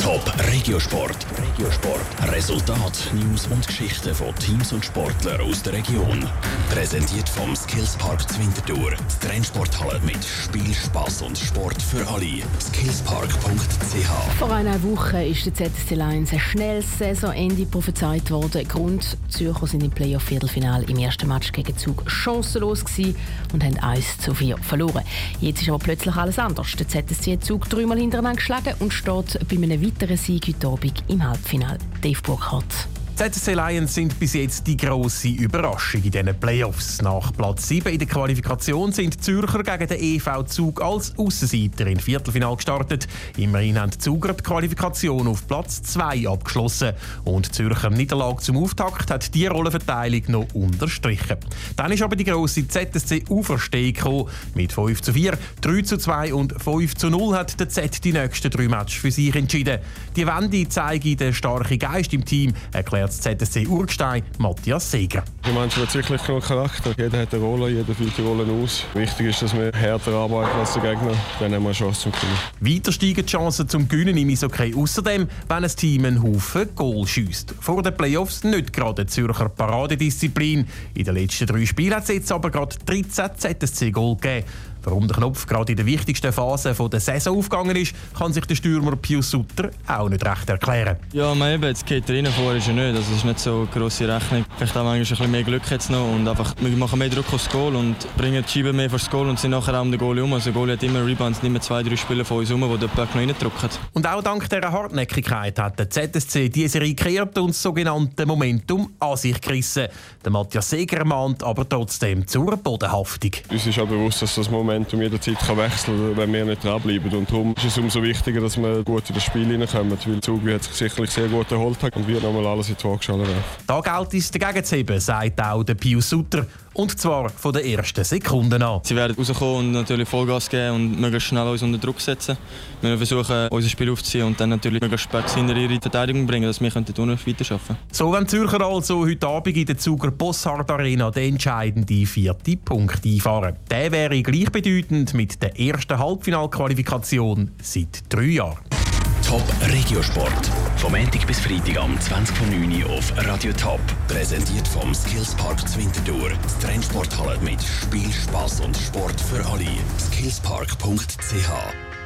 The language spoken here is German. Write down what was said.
Top Regiosport. Resultat, News und Geschichten von Teams und Sportlern aus der Region. Präsentiert vom Skillspark Zwintertour. Die Trennsporthalle mit Spiel, Spass und Sport für alle. Skillspark.ch. Vor einer Woche ist der ZSC Lions ein schnelles Saisonende prophezeit worden. Grund: die Zürcher sind im Playoff-Viertelfinale im ersten Match gegen Zug chancenlos gewesen und haben 1:4 verloren. Jetzt ist aber plötzlich alles anders. Der ZSC hat Zug 3-mal hintereinander geschlagen und steht bei einem weiteren Sieg heute Abend im Halbfinale. Dave Burkhardt. Die ZSC Lions sind bis jetzt die grosse Überraschung in diesen Playoffs. Nach Platz 7 in der Qualifikation sind die Zürcher gegen den EV Zug als Aussenseiter ins Viertelfinale gestartet. Immerhin haben die Zuger die Qualifikation auf Platz 2 abgeschlossen. Und die Zürcher Niederlage zum Auftakt hat diese Rollenverteilung noch unterstrichen. Dann ist aber die grosse ZSC-Auferstehung gekommen. Mit 5:4, 3:2 und 5:0 hat der Z die nächsten 3 Matches für sich entschieden. Die Wende zeigt den starken Geist im Team, erklärt das ZSC-Urgestein Matthias Seger. Die Mannschaft hat wirklich genug Charakter. Jeder hat eine Rolle, jeder füllt die Rollen aus. Wichtig ist, dass wir härter arbeiten als der Gegner. Dann haben wir eine Chance zum Gewinnen. Weiter steigen die Chancen zum Gewinnen im Eishockey. Außerdem, wenn ein Team einen Haufen Goal schiesst. Vor den Playoffs nicht gerade eine Zürcher Paradedisziplin. In den letzten 3 Spielen hat es jetzt aber gerade 13 ZSC-Goal gegeben. Warum der Knopf gerade in der wichtigsten Phase der Saison aufgegangen ist, kann sich der Stürmer Pius Sutter auch nicht recht erklären. Ja, jetzt geht rein, vorher ist er nicht. Das ist nicht so eine grosse Rechnung. Vielleicht haben wir ein bisschen mehr Glück jetzt noch. Und einfach, wir machen mehr Druck aufs Goal und bringen die Scheibe mehr vor das Goal und sind nachher auch um den Goal herum. Also der Goal hat immer Rebounds, nicht mehr 2-3 Spieler von uns herum, die den Puck noch reindrücken. Und auch dank dieser Hartnäckigkeit hat der ZSC diese Serie gekehrt und das sogenannte Momentum an sich gerissen. Der Matthias Seger mahnt aber trotzdem zur Bodenhaftung. Uns ist auch bewusst, dass das Momentum jederzeit wechseln kann, wenn wir nicht dranbleiben. Und darum ist es umso wichtiger, dass wir gut in das Spiel hineinkommen, weil Zug hat sich sicherlich sehr gut erholt und wird nochmal alles in die Waagschale werfen. Da gilt es dagegen zu heben, sagt auch der Pius Sutter. Und zwar von den ersten Sekunden an. Sie werden rauskommen und natürlich Vollgas geben und möglichst schnell uns unter Druck setzen. Wir versuchen, unser Spiel aufzuziehen und dann natürlich möglichst spät in ihre Verteidigung bringen, dass wir weiterarbeiten können. So wenn Zürcher also heute Abend in der Zuger Bossard Arena den entscheidenden 4. Punkt einfahren. Der wäre gleichbedeutend mit der ersten Halbfinalqualifikation seit 3 Jahren. Top Regiosport. Vom Montag bis Freitag am 20:09 auf Radio Top. Präsentiert vom Skillspark Zwintertour. Die Trennsporthalle mit Spiel, Spass und Sport für alle. Skillspark.ch